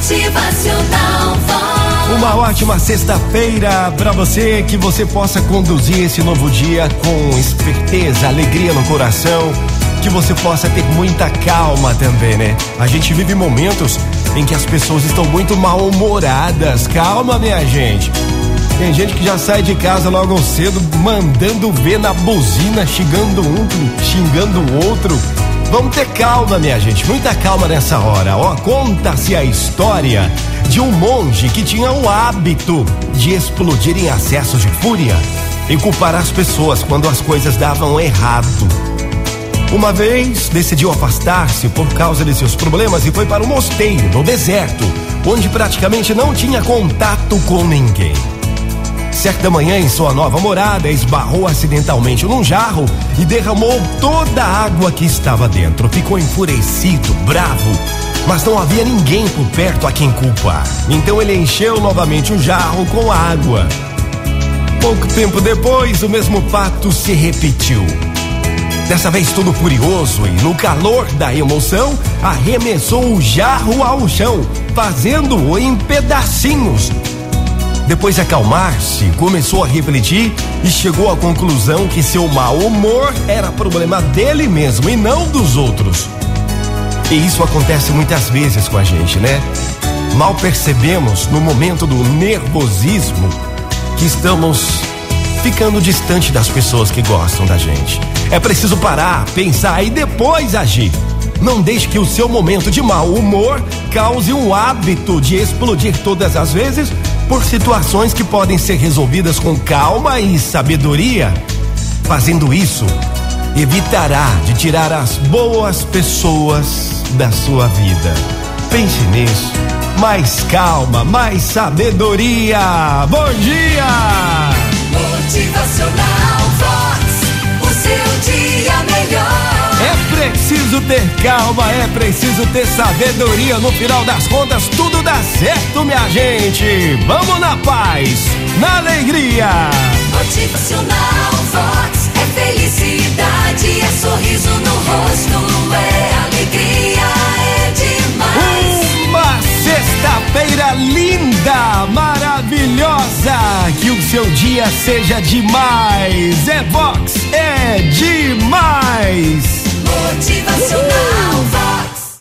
Motivacional Vox. Uma ótima sexta-feira pra você, que você possa conduzir esse novo dia com esperteza, alegria no coração, que você possa ter muita calma também, né? A gente vive momentos em que as pessoas estão muito mal-humoradas. Calma, minha gente. Tem gente que já sai de casa logo cedo, mandando ver na buzina, xingando um, xingando o outro. Vamos ter calma, minha gente, muita calma nessa hora. Ó, conta-se a história de um monge que tinha o hábito de explodir em acessos de fúria e culpar as pessoas quando as coisas davam errado. Uma vez decidiu afastar-se por causa de seus problemas e foi para um mosteiro no deserto, onde praticamente não tinha contato com ninguém. Certa manhã, em sua nova morada, esbarrou acidentalmente num jarro e derramou toda a água que estava dentro. Ficou enfurecido, bravo, mas não havia ninguém por perto a quem culpar. Então ele encheu novamente o jarro com água. Pouco tempo depois, o mesmo fato se repetiu. Dessa vez todo furioso e no calor da emoção, arremessou o jarro ao chão, fazendo-o em pedacinhos. Depois de acalmar-se, começou a refletir e chegou à conclusão que seu mau humor era problema dele mesmo e não dos outros. E isso acontece muitas vezes com a gente, né? Mal percebemos, no momento do nervosismo, que estamos ficando distante das pessoas que gostam da gente. É preciso parar, pensar e depois agir. Não deixe que o seu momento de mau humor cause um hábito de explodir todas as vezes por situações que podem ser resolvidas com calma e sabedoria. Fazendo isso, evitará de tirar as boas pessoas da sua vida. Pense nisso. Mais calma, mais sabedoria. Bom dia! Motivacional Vox, o seu dia melhor. É preciso ter calma, é preciso ter sabedoria. No final das contas, tudo dá certo, minha gente. Vamos na paz, na alegria. Motivacional Vox é felicidade, é sorriso no rosto, é alegria, é demais. Uma sexta-feira linda, maravilhosa. Que o seu dia seja demais. É Vox, é demais. Motivacional Vox.